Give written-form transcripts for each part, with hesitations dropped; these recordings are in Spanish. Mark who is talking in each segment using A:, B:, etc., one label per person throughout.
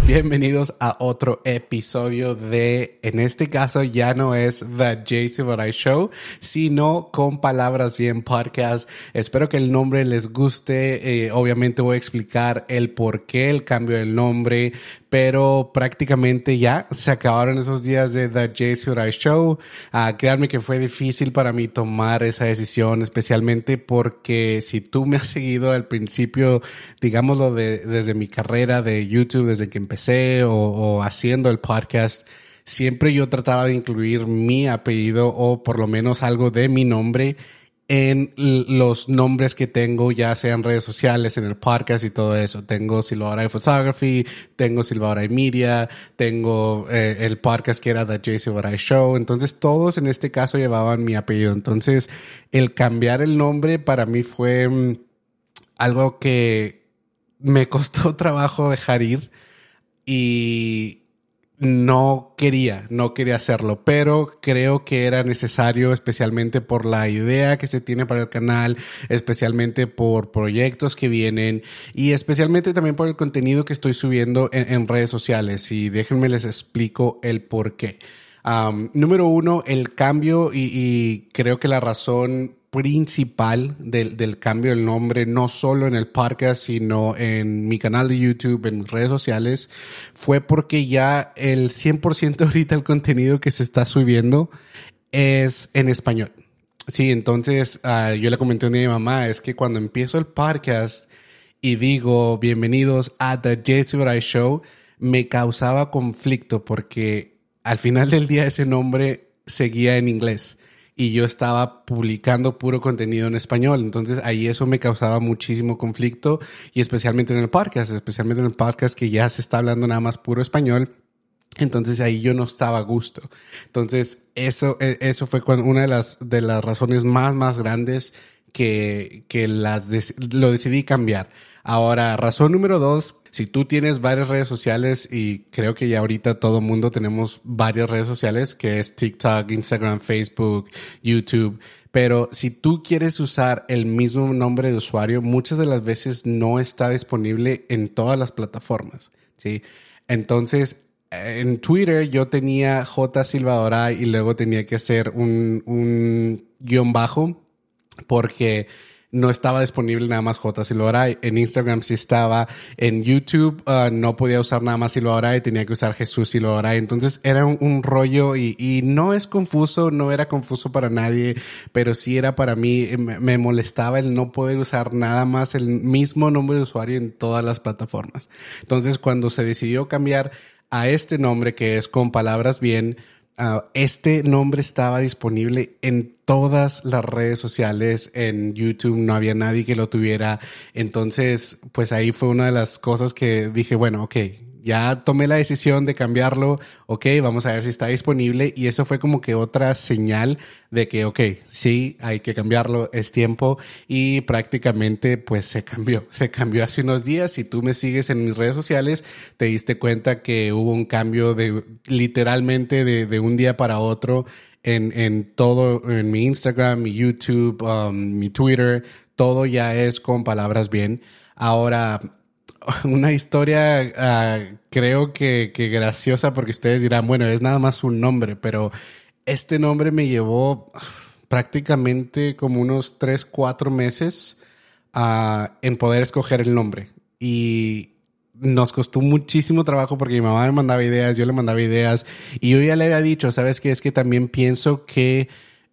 A: Bienvenidos a otro episodio de, en este caso ya no es The JC Barai Show, sino Con Palabras Bien Podcast. Espero que el nombre les guste. Obviamente voy a explicar el por qué el cambio del nombre, pero prácticamente ya se acabaron esos días de The JC Barai Show. Créanme que fue difícil para mí tomar esa decisión, especialmente porque si tú me has seguido al principio, digámoslo, desde mi carrera de YouTube, desde que empecé o haciendo el podcast, siempre yo trataba de incluir mi apellido o por lo menos algo de mi nombre en los nombres que tengo, ya sean redes sociales, en el podcast y todo eso. Tengo Silva Barai Photography, tengo Silva Barai Media, tengo el podcast que era The JC Barai Show. Entonces todos en este caso llevaban mi apellido. Entonces el cambiar el nombre para mí fue algo que me costó trabajo dejar ir y no quería hacerlo, pero creo que era necesario, especialmente por la idea que se tiene para el canal, especialmente por proyectos que vienen y especialmente también por el contenido que estoy subiendo en redes sociales. Y déjenme les explico el por qué. Número uno, el cambio y creo que la razón principal del cambio del nombre, no solo en el podcast, sino en mi canal de YouTube, en mis redes sociales, fue porque ya el 100% ahorita el contenido que se está subiendo es en español. Sí, entonces yo le comenté a mi mamá, es que cuando empiezo el podcast y digo bienvenidos a The JC Barai Show, me causaba conflicto porque al final del día ese nombre seguía en inglés y yo estaba publicando puro contenido en español. Entonces ahí eso me causaba muchísimo conflicto y especialmente en el podcast que ya se está hablando nada más puro español. Entonces ahí yo no estaba a gusto. Entonces eso fue una de las razones más grandes que lo decidí cambiar. Ahora, razón número 2, si tú tienes varias redes sociales, y creo que ya ahorita todo mundo tenemos varias redes sociales, que es TikTok, Instagram, Facebook, YouTube, pero si tú quieres usar el mismo nombre de usuario, muchas de las veces no está disponible en todas las plataformas, ¿sí? Entonces, en Twitter yo tenía J Silva Barai y luego tenía que hacer un guión bajo porque no estaba disponible nada más J Silva Barai. En Instagram sí estaba. En YouTube no podía usar nada más Silva Barai, tenía que usar Jesús Silva Barai. Entonces era un rollo y no es confuso, no era confuso para nadie, pero sí era para mí, me molestaba el no poder usar nada más el mismo nombre de usuario en todas las plataformas. Entonces cuando se decidió cambiar a este nombre que es Con Palabras Bien, este nombre estaba disponible en todas las redes sociales. En YouTube no había nadie que lo tuviera. Entonces, pues ahí fue una de las cosas que dije, bueno, ok, ya tomé la decisión de cambiarlo. Ok, vamos a ver si está disponible. Y eso fue como que otra señal de que, ok, sí, hay que cambiarlo, es tiempo. Y prácticamente, pues se cambió hace unos días. Si tú me sigues en mis redes sociales, te diste cuenta que hubo un cambio literalmente de un día para otro en todo, en mi Instagram, mi YouTube, mi Twitter, todo ya es Con Palabras Bien. Ahora, una historia creo que graciosa, porque ustedes dirán, bueno, es nada más un nombre, pero este nombre me llevó prácticamente como unos 3-4 meses en poder escoger el nombre. Y nos costó muchísimo trabajo porque mi mamá me mandaba ideas, yo le mandaba ideas y yo ya le había dicho, ¿sabes qué? Es que también pienso que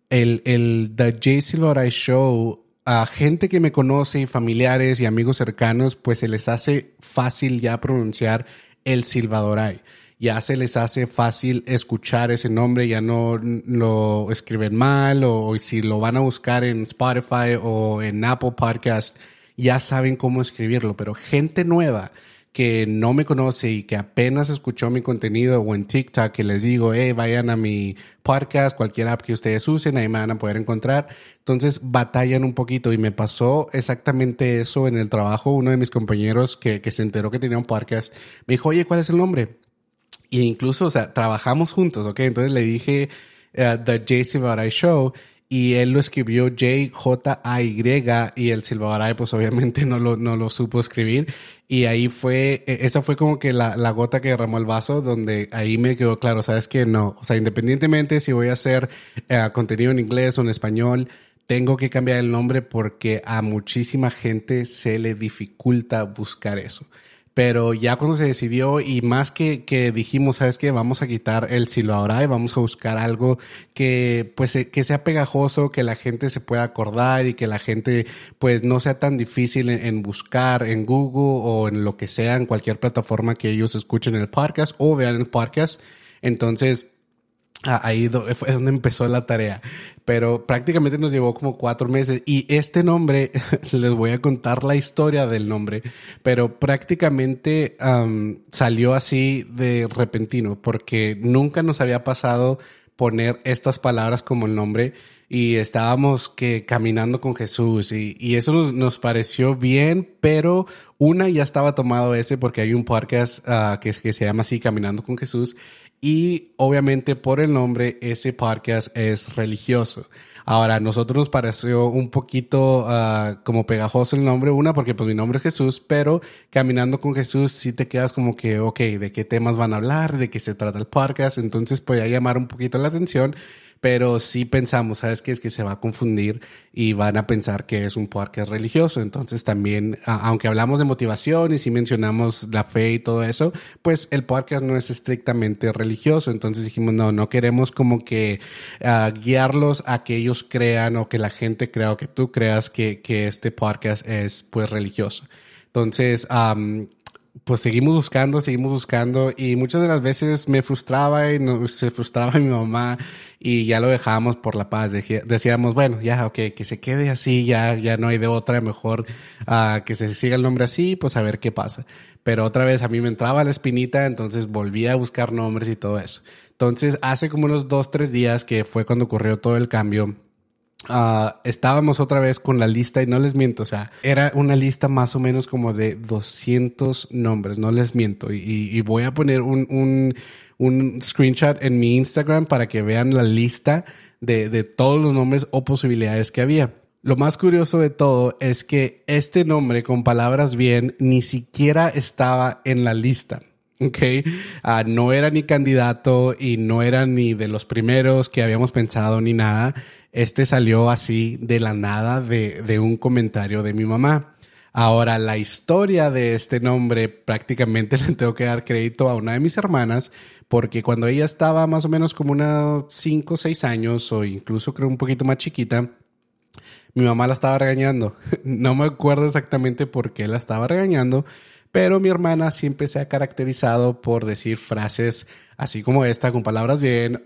A: el The JC Barai Show, a gente que me conoce y familiares y amigos cercanos, pues se les hace fácil ya pronunciar el Silva Barai. Ya se les hace fácil escuchar ese nombre, ya no lo escriben mal o si lo van a buscar en Spotify o en Apple Podcast, ya saben cómo escribirlo. Pero gente nueva que no me conoce y que apenas escuchó mi contenido o en TikTok, que les digo, vayan a mi podcast, cualquier app que ustedes usen, ahí me van a poder encontrar. Entonces batallan un poquito y me pasó exactamente eso en el trabajo. Uno de mis compañeros que se enteró que tenía un podcast me dijo, oye, ¿cuál es el nombre? Y incluso, o sea, trabajamos juntos, ¿ok? Entonces le dije The JC Barai Show y él lo escribió Jay y el Silvabaray pues obviamente no lo supo escribir y ahí esa fue como que la gota que derramó el vaso, donde ahí me quedó claro, sabes que no, o sea, independientemente si voy a hacer contenido en inglés o en español, tengo que cambiar el nombre porque a muchísima gente se le dificulta buscar eso. Pero ya cuando se decidió y más que dijimos, ¿sabes qué? Vamos a quitar el Silvaoray y vamos a buscar algo que pues que sea pegajoso, que la gente se pueda acordar y que la gente pues no sea tan difícil en buscar en Google o en lo que sea, en cualquier plataforma que ellos escuchen el podcast o vean el podcast. Entonces, ahí fue donde empezó la tarea, pero prácticamente nos llevó como 4 meses y este nombre, les voy a contar la historia del nombre, pero prácticamente salió así de repentino porque nunca nos había pasado poner estas palabras como el nombre y estábamos caminando con Jesús y eso nos pareció bien, pero ya estaba tomado ese porque hay un podcast que se llama así, Caminando con Jesús. Y obviamente por el nombre, ese podcast es religioso. Ahora, a nosotros nos pareció un poquito como pegajoso el nombre, porque pues mi nombre es Jesús, pero Caminando con Jesús sí te quedas como que, ok, ¿de qué temas van a hablar? ¿De qué se trata el podcast? Entonces podía llamar un poquito la atención, pero sí pensamos, ¿sabes qué? Es que se va a confundir y van a pensar que es un podcast religioso. Entonces también, aunque hablamos de motivación y sí mencionamos la fe y todo eso, pues el podcast no es estrictamente religioso. Entonces dijimos, no queremos como que guiarlos a que ellos crean o que la gente crea o que tú creas que este podcast es pues religioso. Entonces, pues seguimos buscando y muchas de las veces me frustraba y se frustraba mi mamá y ya lo dejábamos por la paz. Decíamos, bueno, ya, ok, que se quede así, ya no hay de otra, mejor que se siga el nombre así, pues a ver qué pasa. Pero otra vez a mí me entraba la espinita, entonces volví a buscar nombres y todo eso. Entonces hace como unos 2-3 días que fue cuando ocurrió todo el cambio. Estábamos otra vez con la lista y no les miento, o sea, era una lista más o menos como de 200 nombres, no les miento. Y voy a poner un screenshot en mi Instagram para que vean la lista de todos los nombres o posibilidades que había. Lo más curioso de todo es que este nombre con palabras bien ni siquiera estaba en la lista. Okay, no era ni candidato y no era ni de los primeros que habíamos pensado ni nada. Este salió así de la nada de un comentario de mi mamá. Ahora, la historia de este nombre prácticamente le tengo que dar crédito a una de mis hermanas, porque cuando ella estaba más o menos como unos 5 o 6 años, o incluso creo un poquito más chiquita, mi mamá la estaba regañando. No me acuerdo exactamente por qué la estaba regañando, pero mi hermana siempre se ha caracterizado por decir frases así como esta, con palabras bien,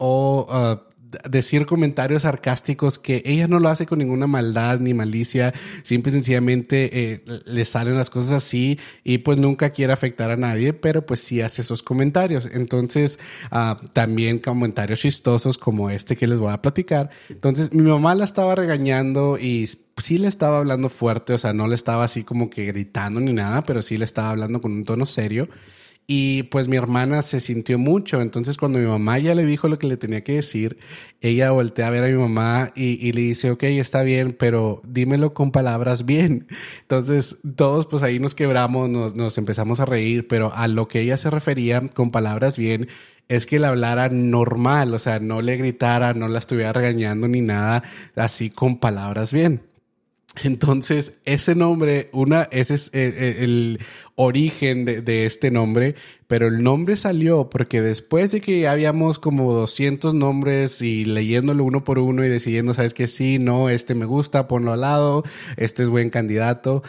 A: o decir comentarios sarcásticos que ella no lo hace con ninguna maldad ni malicia, simple y sencillamente le salen las cosas así y pues nunca quiere afectar a nadie, pero pues sí hace esos comentarios. Entonces, también comentarios chistosos como este que les voy a platicar. Entonces, mi mamá la estaba regañando y sí le estaba hablando fuerte, o sea, no le estaba así como que gritando ni nada, pero sí le estaba hablando con un tono serio. Y pues mi hermana se sintió mucho. Entonces cuando mi mamá ya le dijo lo que le tenía que decir, ella voltea a ver a mi mamá y le dice, ok, está bien, pero dímelo con palabras bien. Entonces todos pues ahí nos quebramos, nos empezamos a reír, pero a lo que ella se refería con palabras bien es que le hablara normal, o sea, no le gritara, no la estuviera regañando ni nada, así con palabras bien. Entonces, ese nombre, ese es el origen de este nombre, pero el nombre salió porque después de que habíamos como 200 nombres y leyéndolo uno por uno y decidiendo, sabes que sí, no, este me gusta, ponlo al lado, este es buen candidato,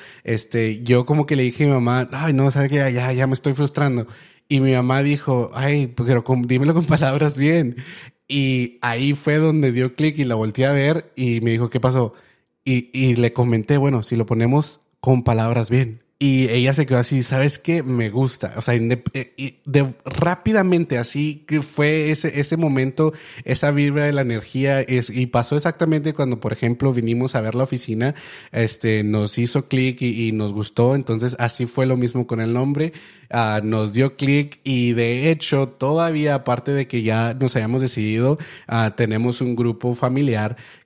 A: yo como que le dije a mi mamá, ay, no, sabes que ya me estoy frustrando. Y mi mamá dijo, ay, pero dímelo con palabras bien. Y ahí fue donde dio clic y la volteé a ver y me dijo, ¿qué pasó? Y le comenté, bueno, si lo ponemos con palabras bien. Y ella se quedó así, ¿sabes qué? Me gusta. O sea, rápidamente, así que fue ese momento, esa vibra de la energía. Y pasó exactamente cuando, por ejemplo, vinimos a ver la oficina, nos hizo clic y nos gustó. Entonces, así fue lo mismo con el nombre. Nos dio clic y de hecho, todavía aparte de que ya nos hayamos decidido, tenemos un grupo familiar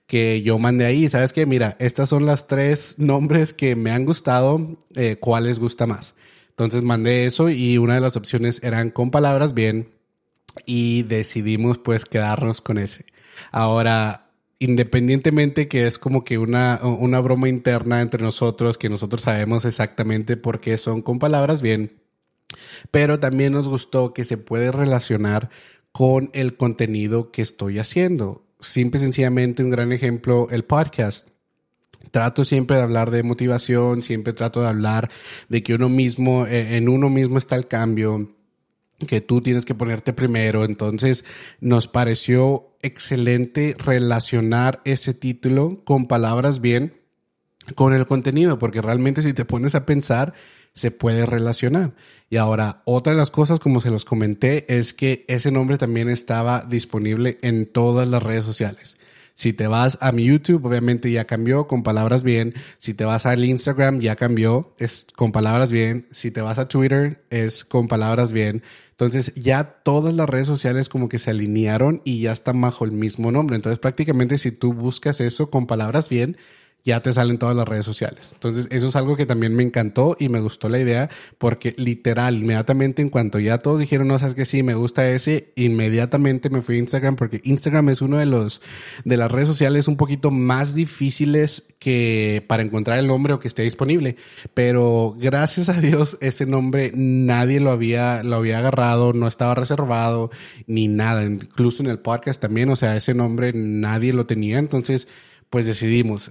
A: que yo mandé ahí. ¿Sabes qué? Mira, estas son las 3 nombres que me han gustado, ¿cuál les gusta más? Entonces mandé eso y una de las opciones eran con palabras bien y decidimos pues quedarnos con ese. Ahora, independientemente que es como que una broma interna entre nosotros, que nosotros sabemos exactamente por qué son con palabras bien, pero también nos gustó que se puede relacionar con el contenido que estoy haciendo. Simple y sencillamente un gran ejemplo, el podcast. Trato siempre de hablar de motivación, siempre trato de hablar de que uno mismo, en uno mismo está el cambio, que tú tienes que ponerte primero. Entonces nos pareció excelente relacionar ese título con palabras bien con el contenido, porque realmente si te pones a pensar, se puede relacionar. Y ahora, otra de las cosas, como se los comenté, es que ese nombre también estaba disponible en todas las redes sociales. Si te vas a mi YouTube, obviamente ya cambió con palabras bien. Si te vas al Instagram, ya cambió, es con palabras bien. Si te vas a Twitter, es con palabras bien. Entonces ya todas las redes sociales como que se alinearon y ya están bajo el mismo nombre. Entonces prácticamente si tú buscas eso con palabras bien, ya te salen todas las redes sociales. Entonces, eso es algo que también me encantó y me gustó la idea porque literal, inmediatamente en cuanto ya todos dijeron, no, sabes que sí, me gusta ese, inmediatamente me fui a Instagram porque Instagram es uno de las redes sociales un poquito más difíciles que para encontrar el nombre o que esté disponible. Pero gracias a Dios, ese nombre nadie lo había agarrado, no estaba reservado ni nada. Incluso en el podcast también, o sea, ese nombre nadie lo tenía. Entonces, pues decidimos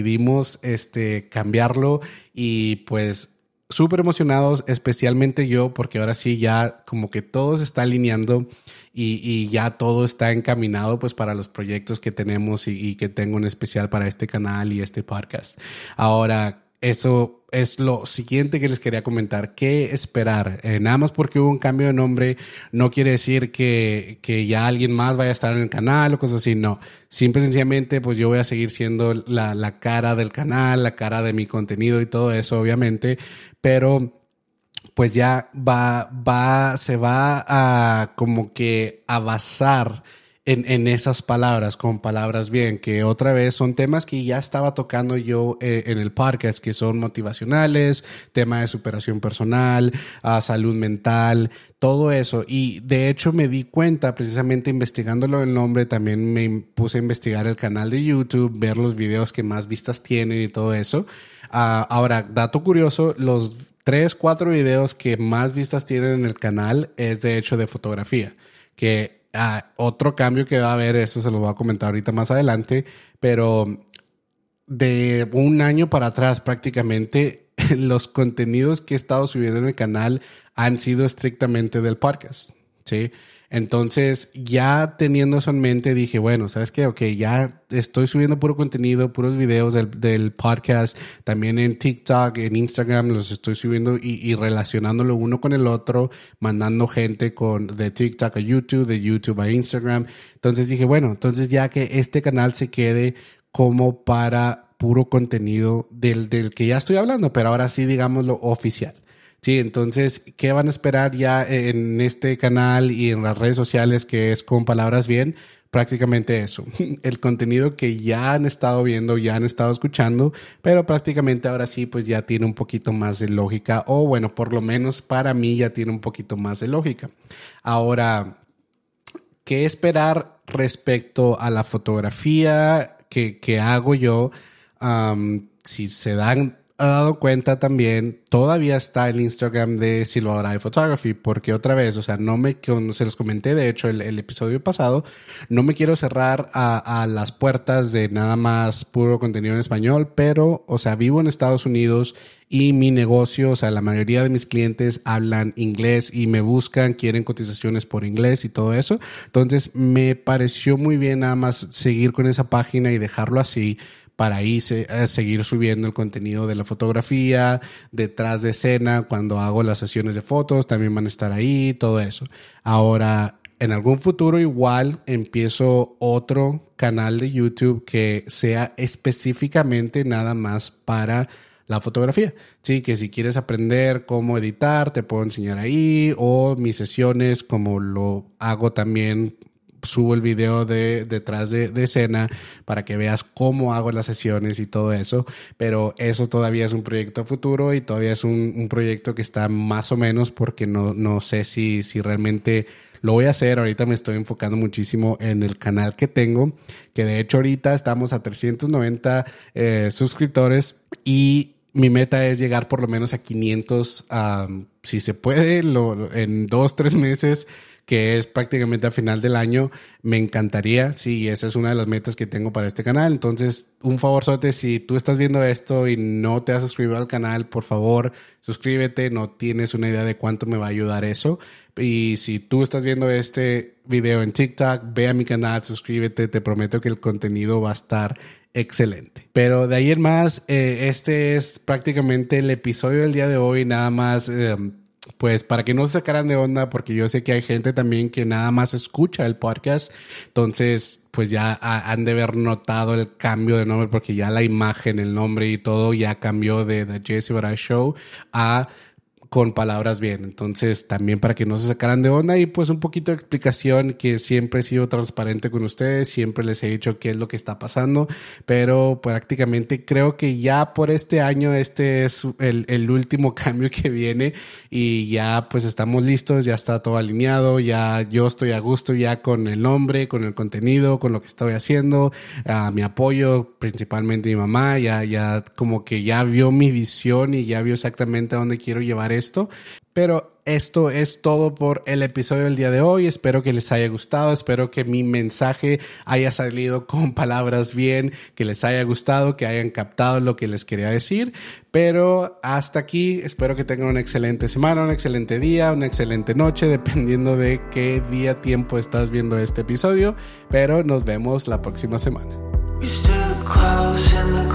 A: cambiarlo y pues súper emocionados, especialmente yo, porque ahora sí ya como que todo se está alineando y ya todo está encaminado pues para los proyectos que tenemos y que tengo en especial para este canal y este podcast. Ahora, eso es lo siguiente que les quería comentar. ¿Qué esperar? Nada más porque hubo un cambio de nombre no quiere decir que ya alguien más vaya a estar en el canal o cosas así. No, simple y sencillamente pues yo voy a seguir siendo la cara del canal, la cara de mi contenido y todo eso obviamente, pero pues ya se va a como que a basar en esas palabras, con palabras bien, que otra vez son temas que ya estaba tocando yo en el podcast, que son motivacionales, tema de superación personal, salud mental, todo eso. Y de hecho me di cuenta, precisamente investigándolo el nombre, también me puse a investigar el canal de YouTube, ver los videos que más vistas tienen y todo eso. Ahora, dato curioso, los 3, 4 videos que más vistas tienen en el canal es de hecho de fotografía, que otro cambio que va a haber, eso se lo voy a comentar ahorita más adelante, pero de un año para atrás prácticamente los contenidos que he estado subiendo en el canal han sido estrictamente del podcast, ¿sí? Entonces, ya teniendo eso en mente, dije, bueno, ¿sabes qué? Ok, ya estoy subiendo puro contenido, puros videos del podcast, también en TikTok, en Instagram, los estoy subiendo y relacionándolo uno con el otro, mandando gente de TikTok a YouTube, de YouTube a Instagram. Entonces dije, bueno, entonces ya que este canal se quede como para puro contenido del que ya estoy hablando, pero ahora sí, digámoslo, oficial. Sí, entonces, ¿qué van a esperar ya en este canal y en las redes sociales que es con palabras bien? Prácticamente eso, el contenido que ya han estado viendo, ya han estado escuchando, pero prácticamente ahora sí, pues ya tiene un poquito más de lógica, o bueno, por lo menos para mí ya tiene un poquito más de lógica. Ahora, ¿qué esperar respecto a la fotografía que hago yo? Si se dan ha dado cuenta también, todavía está el Instagram de Silvadora Photography, porque otra vez, o sea, como se los comenté, de hecho, el episodio pasado, no me quiero cerrar a las puertas de nada más puro contenido en español, pero, o sea, vivo en Estados Unidos y mi negocio, o sea, la mayoría de mis clientes hablan inglés y me buscan, quieren cotizaciones por inglés y todo eso. Entonces, me pareció muy bien nada más seguir con esa página y dejarlo así, para ahí seguir subiendo el contenido de la fotografía, detrás de escena, cuando hago las sesiones de fotos, también van a estar ahí, todo eso. Ahora, en algún futuro igual empiezo otro canal de YouTube que sea específicamente nada más para la fotografía. Sí, que si quieres aprender cómo editar, te puedo enseñar ahí, o mis sesiones como lo hago también subo el video de detrás de escena para que veas cómo hago las sesiones y todo eso, pero eso todavía es un proyecto futuro y todavía es un proyecto que está más o menos porque no sé si realmente lo voy a hacer. Ahorita me estoy enfocando muchísimo en el canal que tengo, que de hecho ahorita estamos a 390 suscriptores y mi meta es llegar por lo menos a 500, si se puede, en 2-3 meses, que es prácticamente a final del año. Me encantaría, sí, esa es una de las metas que tengo para este canal. Entonces, un favorzote, si tú estás viendo esto y no te has suscrito al canal, por favor, suscríbete. No tienes una idea de cuánto me va a ayudar eso. Y si tú estás viendo este video en TikTok, ve a mi canal, suscríbete. Te prometo que el contenido va a estar excelente. Pero de ahí en más, este es prácticamente el episodio del día de hoy. Nada más, pues para que no se sacaran de onda, porque yo sé que hay gente también que nada más escucha el podcast. Entonces, pues ya han de haber notado el cambio de nombre, porque ya la imagen, el nombre y todo ya cambió de The Jesse Baray Show a Con Palabras Bien. Entonces, también para que no se sacaran de onda y pues un poquito de explicación, que siempre he sido transparente con ustedes, siempre les he dicho qué es lo que está pasando, pero prácticamente creo que ya por este año este es el último cambio que viene y ya pues estamos listos, ya está todo alineado, ya yo estoy a gusto ya con el nombre, con el contenido, con lo que estoy haciendo, mi apoyo, principalmente mi mamá, ya como que ya vio mi visión y ya vio exactamente a dónde quiero llevar esto. Pero esto es todo por el episodio del día de hoy. Espero que les haya gustado, espero que mi mensaje haya salido con palabras bien, que les haya gustado, que hayan captado lo que les quería decir. Pero hasta aquí, espero que tengan una excelente semana, un excelente día, una excelente noche, dependiendo de qué día, tiempo estás viendo este episodio. Pero nos vemos la próxima semana.